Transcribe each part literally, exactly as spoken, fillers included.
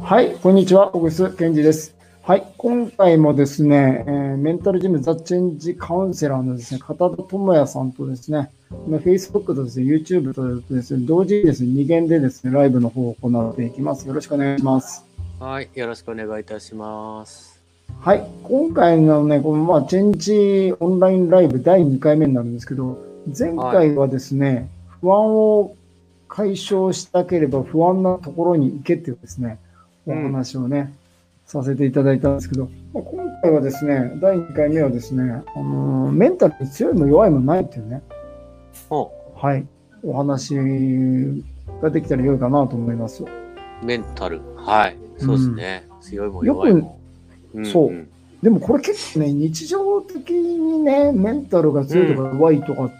はい、こんにちは、小楠健二です。はい、今回もですね、えーメンタルジムザ・チェンジカウンセラーのですね、片田智也さんとですね、この Facebook とですね、YouTube とですね、同時にですね、二元でですね、ライブの方を行っていきます。よろしくお願いします。 はい、よろしくお願いいたします。 はい、今回のね、このまあ、チェンジオンラインライブだいにかいめになるんですけど、前はい、 回はですね、不安を解消したければ不安なところに行けっていうですね、おうん、 話をね、させていただいたんですけど、まあ今回はですね、だいにかいめはですね、あのーメンタルに強いも弱いもないっていうね、 お、 はい、お話ができたら良いかなと思います。 メンタル、はい、そうですね。強いもよく、 弱いも。うん、 そうう。 ん、 でもこれ結構ね、日常的にね、メンタルが強いとか弱いとかって、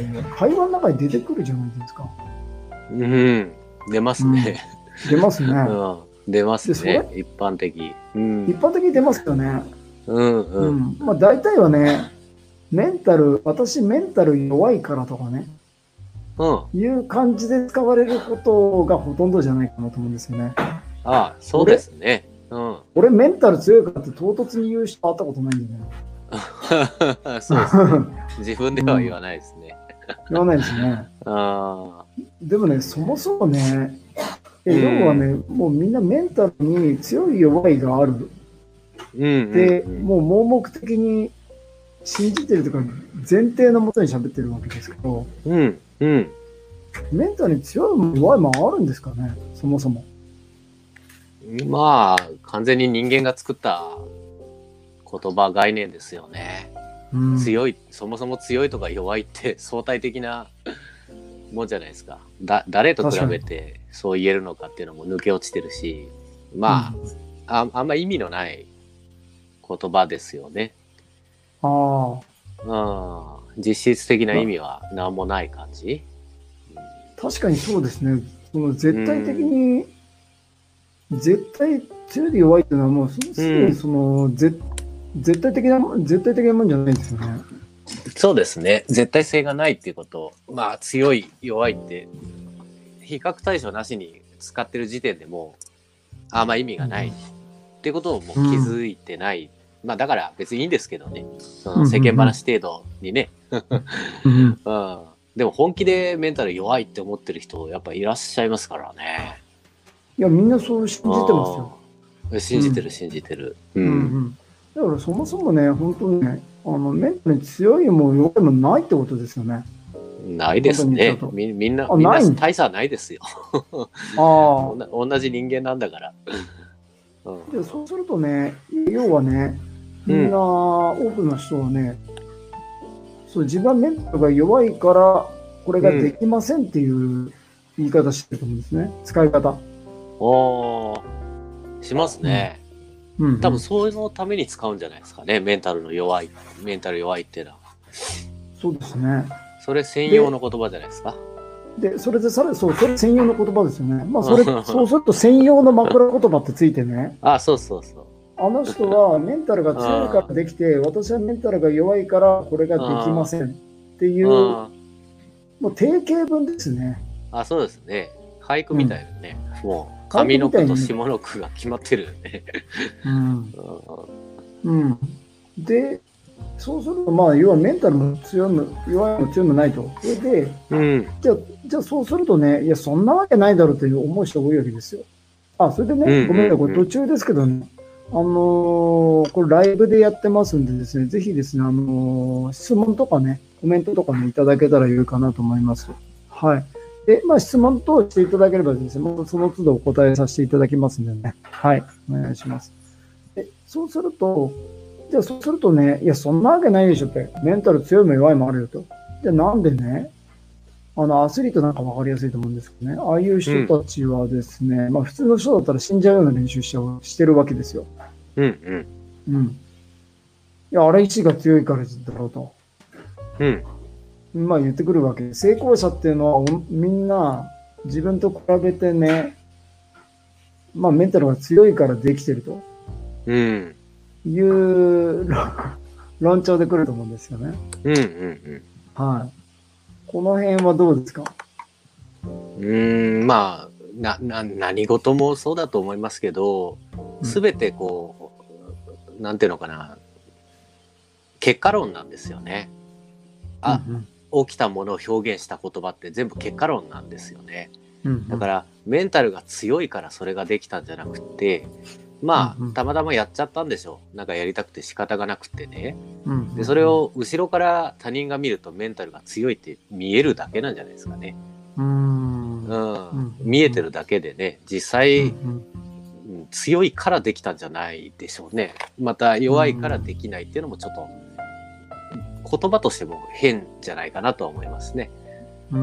会話の中に出てくるじゃないですか。 うん、うん出ますね。 出ますね。 うん、出ますで、そね。 れ、 一般的。う一ん、 般的に出ますよね。 うん、 ううん、 ん。まあ大体はね、メンタル、私メンタル弱いからとかね、 うん。 いう感じで使われることがほとんどじゃないかなと思うんですよね。 あ、そうですね。うん。 俺メンタル強いからって唐突に言う人会ったことないんだよね。 そうですね。自分では言わないですね。 言わないですね。 ああ、 でもね、そもそもね、 うん要はね、もうみんなメンタルに強い弱いがある。 うん、 で、 うん、 もう盲目的に信じてるとか前提のもとに喋ってるわけですけど、 うん、うん、うん。 メンタルに強いも弱いもあるんですかね、そもそも。 まあ、完全に人間が作った言葉概念ですよね。 うん、 強い、そもそも強いとか弱いって相対的なもんじゃないですか。だ誰と比べてそう言えるのかっていうのも抜け落ちてるし、まあ、ああんま意味のない言葉ですよね。 ああ、 うん、実質的な意味は何もない感じ。 確かにそうですね。その絶対的に、絶対強いで弱いっていうのはもうすすでにその、ぜ絶対的な絶対的なもんじゃないですよね。 そうですね。絶対性がないっていうこと、まあ強い弱いって比較対象なしに使ってる時点でもうあんま意味がないってことをもう気づいてない、うん、まあだから別にいいんですけどね、その世間話程度にね、うん、でも本気でメンタル弱いって思ってる人やっぱいらっしゃいますからね。 いやみんなそう信じてますよ。 信じてる信じてる、 うんうんうん、だからそもそもね本当にねあのメンタルに強いも弱いもないってことですよね。 ないですね。み, みんなみんな大差ないですよ。あ同じ人間なんだから。 うん、でそうするとね、要はね、みんな、多くの人はね、そう自分はメンタルが弱いから、これができませんっていう言い方してると思うんですね、使い方。 おー、しますね。うんうん、多分そのために使うんじゃないですかね、メンタルの弱い、メンタル弱いっていうのは。 そうですね。 それ専用の言葉じゃないですか。 で、それでさらそう、それ専用の言葉ですよね。まあ、それ、そうすると専用の枕言葉ってついてね。 あ、そうそうそう。 あの人はメンタルが強いからできて、私はメンタルが弱いからこれができませんっていう、もう定型文ですね。 あ、そうですね。俳句みたいなね。うん、もう上の句と下の句が決まってるよね。 うん。うん。で、そうすると、まあ、要はメンタルも強いも弱いも強いもないと。それで、うん、じゃあ、じゃあそうするとね、いや、そんなわけないだろうという思う人が多いわけですよ。あ、それでね、うんうんうん、ごめんなさい、これ途中ですけどね、あのー、これライブでやってますんでですね、ぜひですね、あのー、質問とかね、コメントとかね、いただけたらよいかなと思います。はい。で、まあ、質問等していただければですね、その都度お答えさせていただきますんでね。はい。お願いします。で、そうすると、じゃあそうするとね、いや、そんなわけないでしょって。メンタル強いも弱いもあるよと。じゃあなんでね、あの、アスリートなんか分かりやすいと思うんですけどね。ああいう人たちはですね、うん、まあ普通の人だったら死んじゃうような練習しちゃうしてるわけですよ。 うんうん。 うん。いや、あれ意志が強いからだろうと。うん。まあ言ってくるわけ。成功者っていうのはみんな自分と比べてね、まあメンタルが強いからできてると。うん。いう論調で来ると思うんですよね。 うんうんうん。 はい。この辺はどうですか？ うーん、まあな、な、何事もそうだと思いますけど、すべてこう、なんていうのかな、結果論なんですよね。あ、うんうん、起きたものを表現した言葉って全部結果論なんですよね。うんうん、だからメンタルが強いからそれができたんじゃなくて、まあ、うんうん、たまたまやっちゃったんでしょう。なんかやりたくて仕方がなくてね、うんうんうん、でそれを後ろから他人が見るとメンタルが強いって見えるだけなんじゃないですかね。うん、うん、見えてるだけでね、実際、うんうん、強いからできたんじゃないでしょうね。また弱いからできないっていうのもちょっと言葉としても変じゃないかなとは思いますね。うん、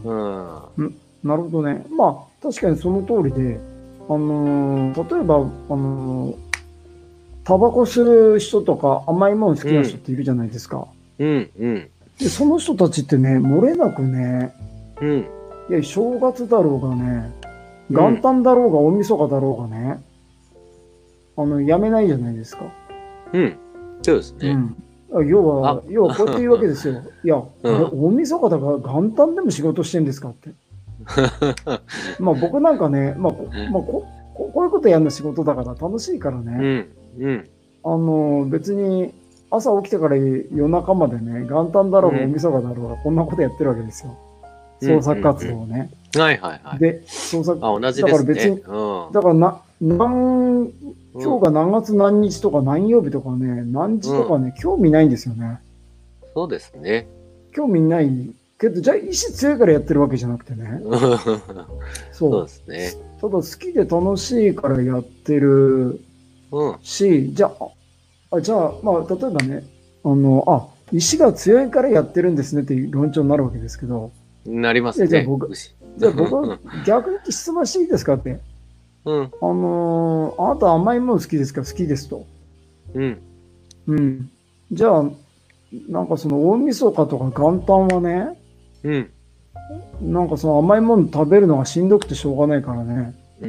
うん、なるほどね。まあ確かにその通りで、あのー、例えば、あのー、タバコ吸う人とか甘いもの好きな人っているじゃないですか。うんうん、でその人たちってね、漏れなくね、うん、いや正月だろうがね、元旦だろうが大晦日だろうがね、あのやめないじゃないですか。 うん、そうですね。 うん、要は要はこうやって言うわけですよ。いや、うん、大晦日だから元旦でも仕事してんですかって。まあ僕なんかね、まあ、まあ、こ, こういうことやるの仕事だから楽しいからね、うんうん、あの別に朝起きてから夜中までね、元旦だろうが大晦日だろうがこんなことやってるわけですよ。創作活動をね。 うんうんうん、はいはいはい。 で、創作、 あ、同じですね。 だから別に、うん、だからな、何、今日が何月何日とか何曜日とかね、何時とかね、うん、興味ないんですよね。 そうですね。 興味ないけど、じゃあ意志強いからやってるわけじゃなくてね。 そう。そうですね。 ただ好きで楽しいからやってるし、うん、じゃあ、あ、じゃあ、まあ、例えばね、あの、あ、意志が強いからやってるんですねっていう論調になるわけですけど。 なりますね。 じゃあ僕、じゃあ僕、逆に質問していいですかって。うん。あのー、あなた甘いもの好きですか？好きですと。うん。うん。じゃあ、なんかその大晦日とか元旦はね、うん。なんかその甘いもの食べるのがしんどくてしょうがないからね。うん。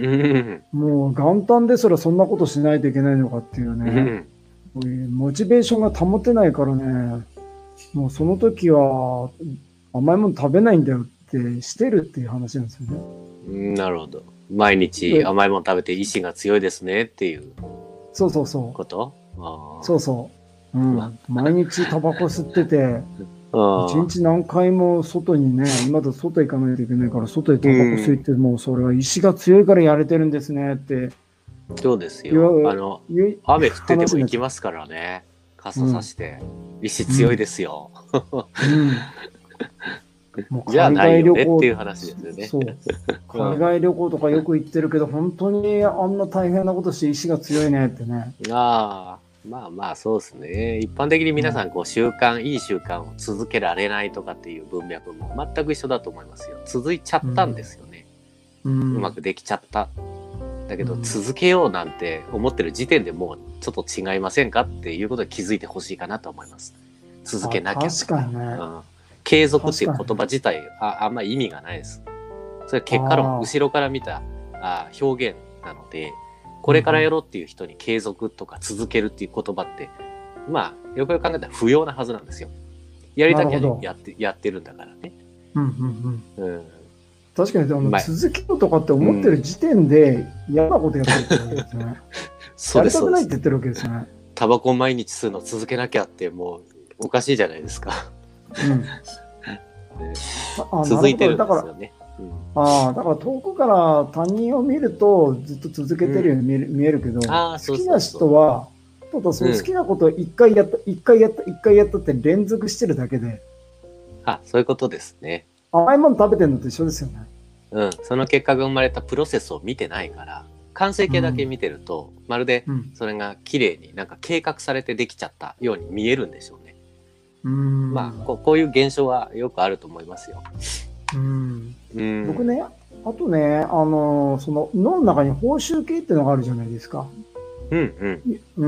もう元旦ですらそんなことしないといけないのかっていうね。うん、モチベーションが保てないからね。もうその時は甘いもの食べないんだよってしてるっていう話なんですよね。なるほど。毎日甘いもの食べて意志が強いですねっていう。 そうそうそう。 こと？ あ、そうそう。うん。毎日タバコ吸ってて、一日何回も外にね、今だと外行かないといけないから外でタバコ吸って、うん、もうそれは意志が強いからやれてるんですねって。 そうですよ。あの雨降ってても行きますからね。傘さして、うん、意志強いですよ。うんもう海外旅行っていう話ですよね。そう。 海外旅行とかよく行ってるけど、本当にあんな大変なことして意志が強いねってね。 ああ、まあまあそうですね。一般的に皆さんこう習慣、うん、いい習慣を続けられないとかっていう文脈も全く一緒だと思いますよ。続いちゃったんですよね。うん、うまくできちゃった。だけど続けようなんて思ってる時点でもうちょっと違いませんかっていうことに気づいてほしいかなと思います。続けなきゃ。 確かにね。 うん継続っていう言葉自体 あ, あんまり意味がないです。それは結果論、後ろから見たあ表現なので、これからやろうっていう人に継続とか続けるっていう言葉って、うん、まあよくよく考えたら不要なはずなんですよ。やりたきゃやってやってるんだからね。うんうんうん。 うん、確かにあの続けようとかって思ってる時点で嫌なことやってるってことですね。うん、そうです。やりたくないって言ってるわけですね。 タバコ毎日吸うの続けなきゃってもうおかしいじゃないですか。うん、続いてるんですよね。 うん、ああ、だから遠くから他人を見るとずっと続けてるように見える、うん、見えるけど、好きな人はただその好きなことを一回やった、一、うん、回やった、一回やったって連続してるだけで。 あ、そういうことですね。 甘いもの食べてるのと一緒ですよね。 うん、その結果が生まれたプロセスを見てないから、完成形だけ見てると、うん、まるでそれが綺麗になんか計画されてできちゃったように見えるんでしょうね。うんまあこう、こういう現象はよくあると思いますよ。 うんうん僕ね、あとね、あのー、その脳の中に報酬系っていうのがあるじゃないですか。うんうん。うん。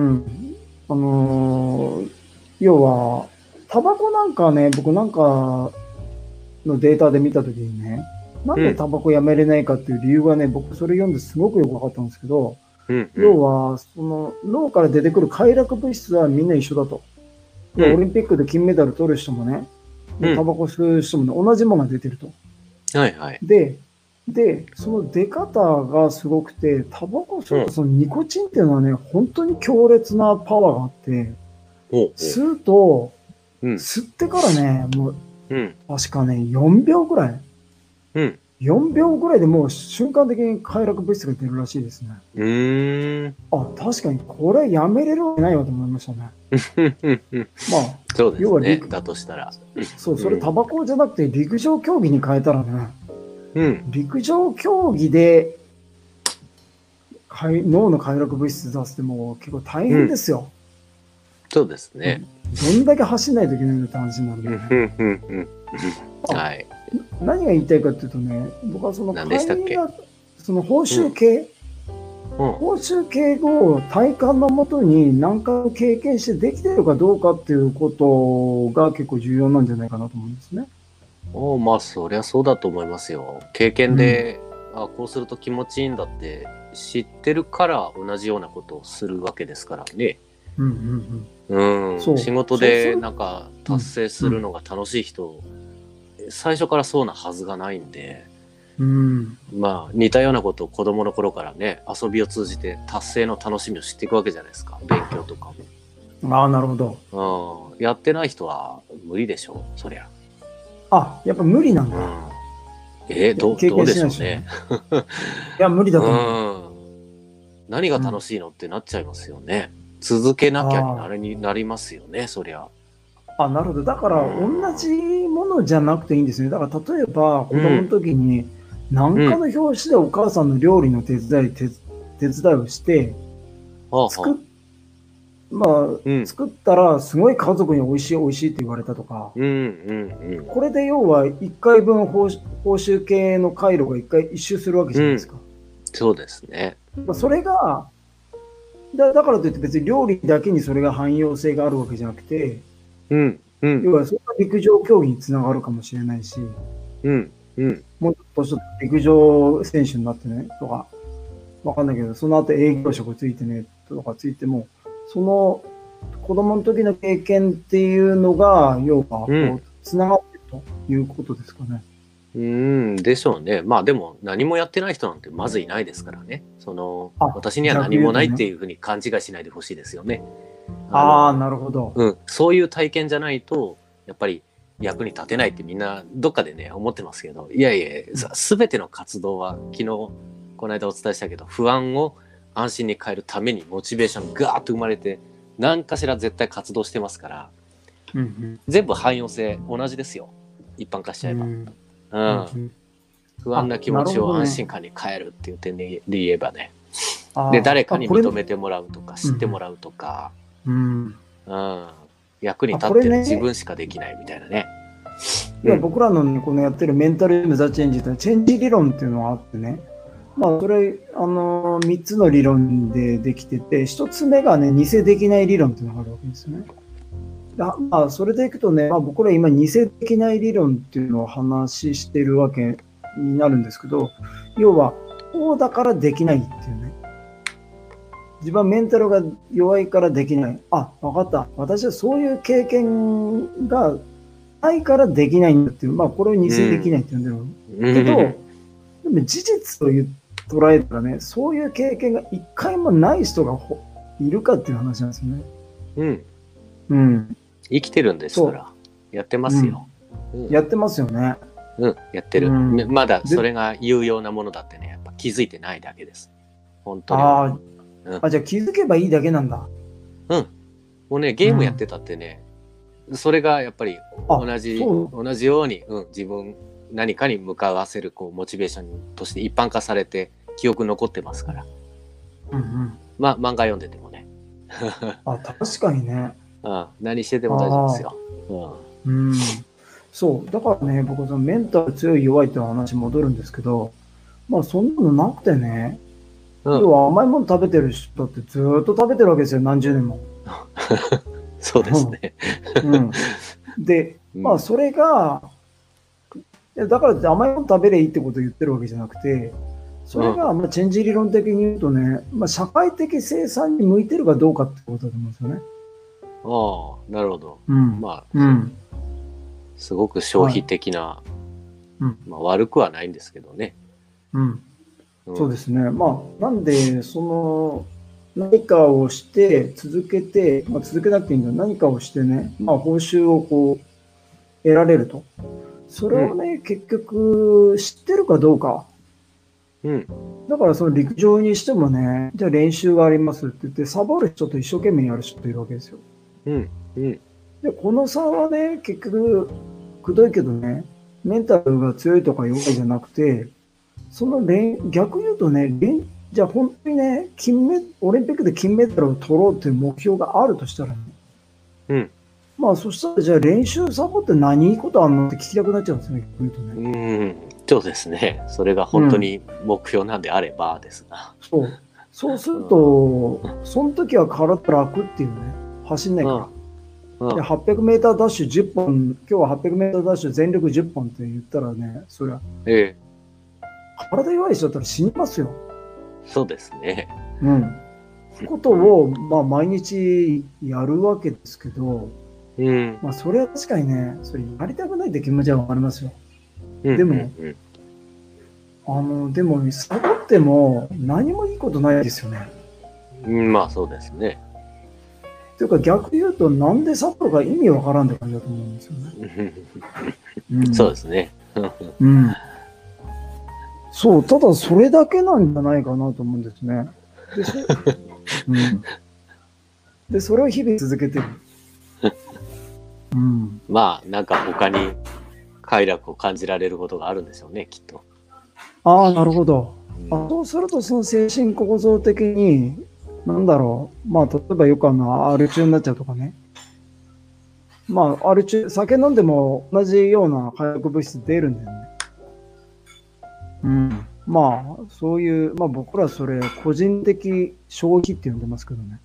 あのー、要は、タバコなんかね、僕なんかのデータで見たときにね、なんでタバコやめれないかっていう理由がね、うん、僕それ読んですごくよく分かったんですけど、うんうん、要は、その脳から出てくる快楽物質はみんな一緒だと。うん、オリンピックで金メダル取る人もね、タバコ吸う人もね、同じものが出てると。 はいはい。 で、 で、その出方がすごくて、タバコ、そのニコチンっていうのはね、本当に強烈なパワーがあって、吸うと、うん、吸ってからね、もう、うん、確かね、よんびょうぐらい、うん、よんびょうぐらいでもう瞬間的に快楽物質が出るらしいですね。 うーん。 あ、確かにこれやめれるわけないわと思いましたね。 まあ、そうですね。要は陸だとしたら。 そう、それタバコじゃなくて陸上競技に変えたらね、うん、陸上競技で脳の快楽物質出しても結構大変ですよ。うん、 そうですね。 どんだけ走んないといけないのって話になるんで、ね。はい。何が言いたいかっていうとね、僕はその快楽、その報酬系、うん、報酬系を体感のもとに何回経験してできてるかどうかっていうことが結構重要なんじゃないかなと思うんですね。 おまあそりゃそうだと思いますよ。経験で、うん、あこうすると気持ちいいんだって知ってるから同じようなことをするわけですからね。うんうんうんうん、仕事でなんか達成するのが楽しい人、うん、最初からそうなはずがないんで、うん、まあ似たようなことを子供の頃からね遊びを通じて達成の楽しみを知っていくわけじゃないですか。勉強とかも。ああなるほど、 うん。やってない人は無理でしょそりゃ。 あやっぱ無理なんだ。うん、 えー、ど, どうでしょうね。 いや無理だと思う、 うん。何が楽しいのってなっちゃいますよね。続けなきゃになりになりますよねそりゃ。 あなるほど。だから同じものじゃなくていいんですね。だから例えば子供の時に何かの表紙でお母さんの料理の手伝い、手手伝いをして、うん、作っまあ、うん、作ったらすごい家族に美味しい美味しいって言われたとか、うんうんうん、これで要はいっかいぶん報酬系の回路がいっかい一周するわけじゃないですか。うん、 そうですね。 それがだだからといって別に料理だけにそれが汎用性があるわけじゃなくて、うんうん、要はそれが陸上競技につながるかもしれないし、うんうん、もうちょっと陸上選手になってねとかわかんないけど、その後営業職ついてねとかついても、その子供の時の経験っていうのが要はこうつながってるということですかね。 うん、うんでしょうね。まあでも何もやってない人なんてまずいないですからね。その私には何もないっていうふうに勘違いしないでほしいですよね。 ああなるほど、 うん。そういう体験じゃないとやっぱり役に立てないってみんなどっかでね思ってますけど、いやいやすべての活動は昨日この間お伝えしたけど不安を安心に変えるためにモチベーションがガーッと生まれて何かしら絶対活動してますから、うんうん、全部汎用性同じですよ一般化しちゃえば、うんうんうん、不安な気持ちを安心感に変えるっていう点で言えばね、で誰かに認めてもらうとか知ってもらうとか、うんうん、役に立ってる自分しかできないみたいなね。 いや僕らの、ね、このやってるメンタルザチェンジというのはチェンジ理論っていうのがあってね、まあそれあのみっつの理論でできてて、ひとつめがね偽できない理論っていうのがあるわけですよね。だまあそれでいくとね、まあ、僕ら今偽できない理論っていうのを話してるわけになるんですけど、要はこうだからできないっていうね、自分はメンタルが弱いからできない、あ分かった、私はそういう経験がないからできないんだっていう、まあこれを偽できないって呼んでる、うん、けど、でも事実という捉えたらね、そういう経験が一回もない人がいるかっていう話なんですよね。 うん。うん。生きてるんですからやってますよ、 うんうん、やってますよね。 うんやってる、うん、まだそれが有用なものだってねやっぱ気づいてないだけです本当に。 あ、うん、あじゃあ気づけばいいだけなんだ。 うんもうねゲームやってたってね、うん、それがやっぱり同じ同じように、うん、自分何かに向かわせるこうモチベーションとして一般化されて記憶残ってますから、うんうん、まあ漫画読んでてもねあ確かにね、 うん、何してても大丈夫ですよ。 うん、うん、そうだからね、僕そのメンタル強い弱いっていう話戻るんですけど、まあそんなのなくてね、うん、要は甘いもの食べてる人ってずっと食べてるわけですよ、何十年も。 そうですね。 うん、で、まあそれが、だからって甘いもの食べればいいってことを言ってるわけじゃなくて、それがまあチェンジ理論的に言うとね、まあ、社会的生産に向いてるかどうかってことだと思うんですよね。 ああ、なるほど。 うん、 まあ、 うん、 すごく消費的な、はい、まあ悪くはないんですけどね。 うん。うん、そうですね。まあ、なんで、その、何かをして続けて、まあ、続けなくていいんだ。何かをしてね、まあ、報酬をこう、得られると。それをね、うん、結局、知ってるかどうか。 うん。 だからその陸上にしてもね、じゃあ練習がありますって言って、サボる人と一生懸命やる人いるわけですよ。 うん。うん。 で、この差はね、結局、くどいけどね、メンタルが強いとか弱いじゃなくて、その連逆言うとね、連じゃあ本当にね、金メ、オリンピックで金メダルを取ろうという目標があるとしたらね、 うん。 まあそしたらじゃあ練習サボって何いいことあんのって聞きたくなっちゃうんですね、逆に言うとね。うん、そうですね。それが本当に目標なんであればですが。 うん、そう。そうすると、うん、その時は体楽っていうね、走んないから。うんうん、ではっぴゃくメーターダッシュじゅっぽん、今日ははっぴゃくメーターダッシュ全力じゅっぽんって言ったらね、そりゃ、ええ、体弱い人だったら死にますよ。 そうですね。 うん。ことを、まあ、毎日やるわけですけど、うん、まあ、それは確かにね、それやりたくないって気持ちはわかりますよ。うん、でも、うんうん、あの、でも、サボっても何もいいことないですよね。 うん、まあ、そうですね。 というか逆言うと、なんでサボるか意味わからんって感じだと思うんですよね。 うん、そうですね。 うん。そう、ただそれだけなんじゃないかなと思うんですね。で、そ,、うん、でそれを日々続けてる。 うん、まあ、なんか他に快楽を感じられることがあるんでしょうね、きっと。 ああ、なるほど。あ、そうすると、その精神構造的に、なんだろう。まあ、例えばよくあの、アル中になっちゃうとかね。まあ、アル中、酒飲んでも同じような化学物質出るんだよね。うん。まあ、そういう、まあ僕らそれ、個人的消費って呼んでますけどね。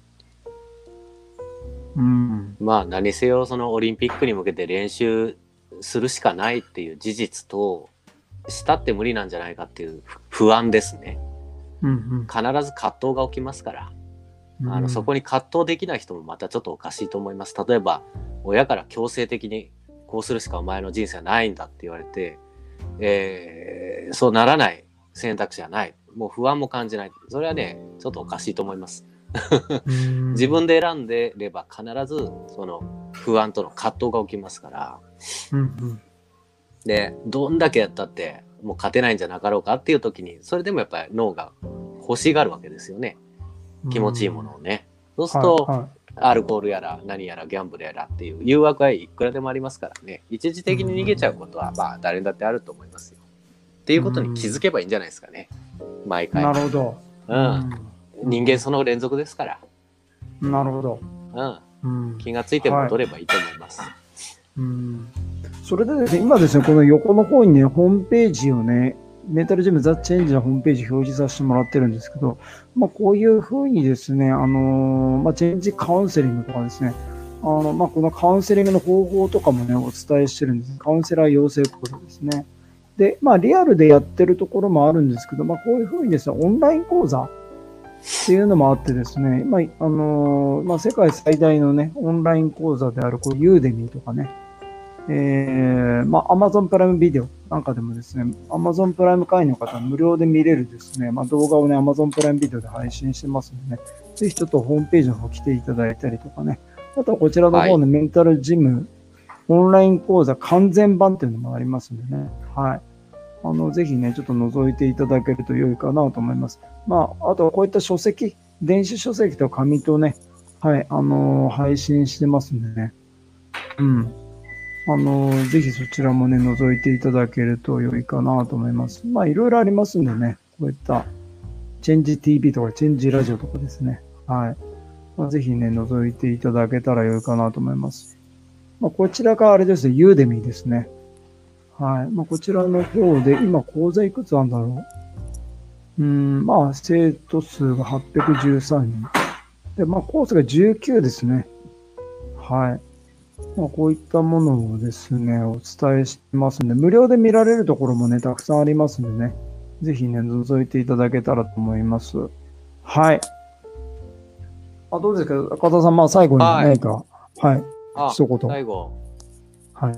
うん。まあ、何せよ、そのオリンピックに向けて練習するしかないっていう事実と、したって無理なんじゃないかっていう不安ですね。うんうん、必ず葛藤が起きますから、うん、あのそこに葛藤できない人もまたちょっとおかしいと思います。例えば親から強制的にこうするしかお前の人生はないんだって言われて、えー、そうならない選択肢はない。もう不安も感じない。それはねちょっとおかしいと思います。自分で選んでれば必ずその不安との葛藤が起きますから、うんうん、でどんだけやったってもう勝てないんじゃなかろうかっていう時にそれでもやっぱり脳が欲しがるわけですよね。気持ちいいものをね。そうすると、はいはい、アルコールやら何やらギャンブルやらっていう誘惑はいくらでもありますからね。一時的に逃げちゃうことはまあ誰にだってあると思いますよ。っていうことに気づけばいいんじゃないですかね。毎回。 なるほど。 うん。人間その連続ですから。 なるほど。 うん。気がついて戻ればいいと思います。はい、 うんそれでですね、今ですね、この横の方にね、ホームページをね、メンタルジムザ・チェンジのホームページ表示させてもらってるんですけど、まあ、こういうふうにですね、あのー、まあ、チェンジカウンセリングとかですね、あの、まあ、このカウンセリングの方法とかもね、お伝えしてるんです。カウンセラー養成講座ですね。で、まあ、リアルでやってるところもあるんですけど、まあ、こういうふうにですね、オンライン講座っていうのもあってですね、まあ、あのー、まあ、世界最大のね、オンライン講座である、こう、ユーデミーとかね、えー、まあ、Amazon プライムビデオなんかでもですね、Amazon プライム会員の方は無料で見れるですね、まあ、動画をね、Amazon プライムビデオで配信してますのでね、ぜひちょっとホームページの方来ていただいたりとかね、あとはこちらの方のメンタルジム、オンライン講座完全版っていうのもありますんでね、はい。あの、ぜひね、ちょっと覗いていただけると良いかなと思います。まあ、あとはこういった書籍、電子書籍と紙とね、はい、あのー、配信してますんでね、うん。あの、ぜひそちらもね、覗いていただけると良いかなと思います。まあ、いろいろありますんでね、こういった、チェンジ ティーブイ とか、チェンジラジオとかですね。はい。まあ、ぜひね、覗いていただけたら良いかなと思います。まあ、こちらがあれですね、ユーデミーですね。はい。まあ、こちらの方で、今、講座いくつあるんだろう。うん、まあ、生徒数がはっぴゃくじゅうさんにん。で、まあ、コースがじゅうきゅうですね。はい。まあ、こういったものをですね、お伝えしてますんで、無料で見られるところもね、たくさんありますんでね、ぜひね、覗いていただけたらと思います。はい。あ、どうですか、赤田さん、まあ、最後に何か、はい、 はい、一言。最後。 はい。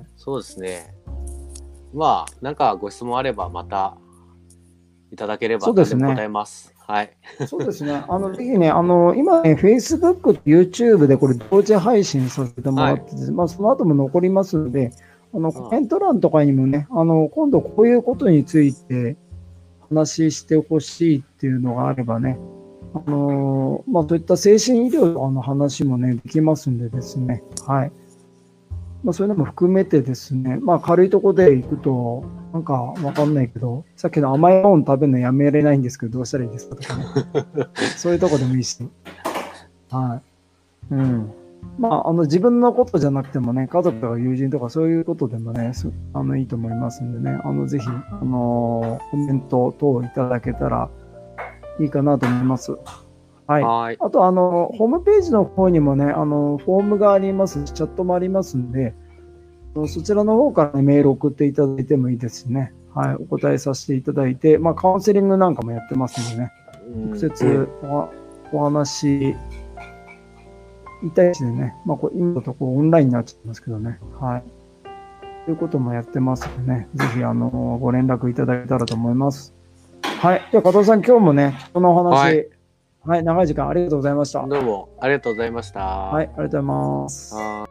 そうですね。まあ、なんかご質問あれば、また、 いただければそうですね何でも答えます。はい。 そうですね。あの、ぜひね、あの、今ね、Facebook と YouTube でこれ同時配信させてもらってて、はい、まあ、その後も残りますので、あの、コメント欄とかにもね、あの、今度こういうことについて話してほしいっていうのがあればね、あの、まあ、そういった精神医療の話もね、できますんでですね、はい。まあ、そういうのも含めてですね、まあ、軽いところで行くと、なんかわかんないけど、さっきの甘いもの食べるのやめれないんですけど、どうしたらいいですかとかね。そういうとこでもいいし。はい。うん。まあ、あの、自分のことじゃなくてもね、家族とか友人とかそういうことでもね、あの、いいと思いますんでね、あの、ぜひ、あの、コメント等いただけたらいいかなと思います。はい。はいあと、あの、ホームページの方にもね、あの、フォームがありますし、チャットもありますんで、そちらの方から、ね、メール送っていただいてもいいですね。はい。お答えさせていただいて、まあ、カウンセリングなんかもやってますんでね、直接お、お話、いたいしでね、まあ、これ今だとこうオンラインになっちゃいますけどね。はい。ということもやってますのでね、ぜひ、あの、ご連絡いただけたらと思います。はい。じゃあ、加藤さん、今日もね、このお話、はいはい、長い時間ありがとうございました。 どうもありがとうございました。 はい、ありがとうございます。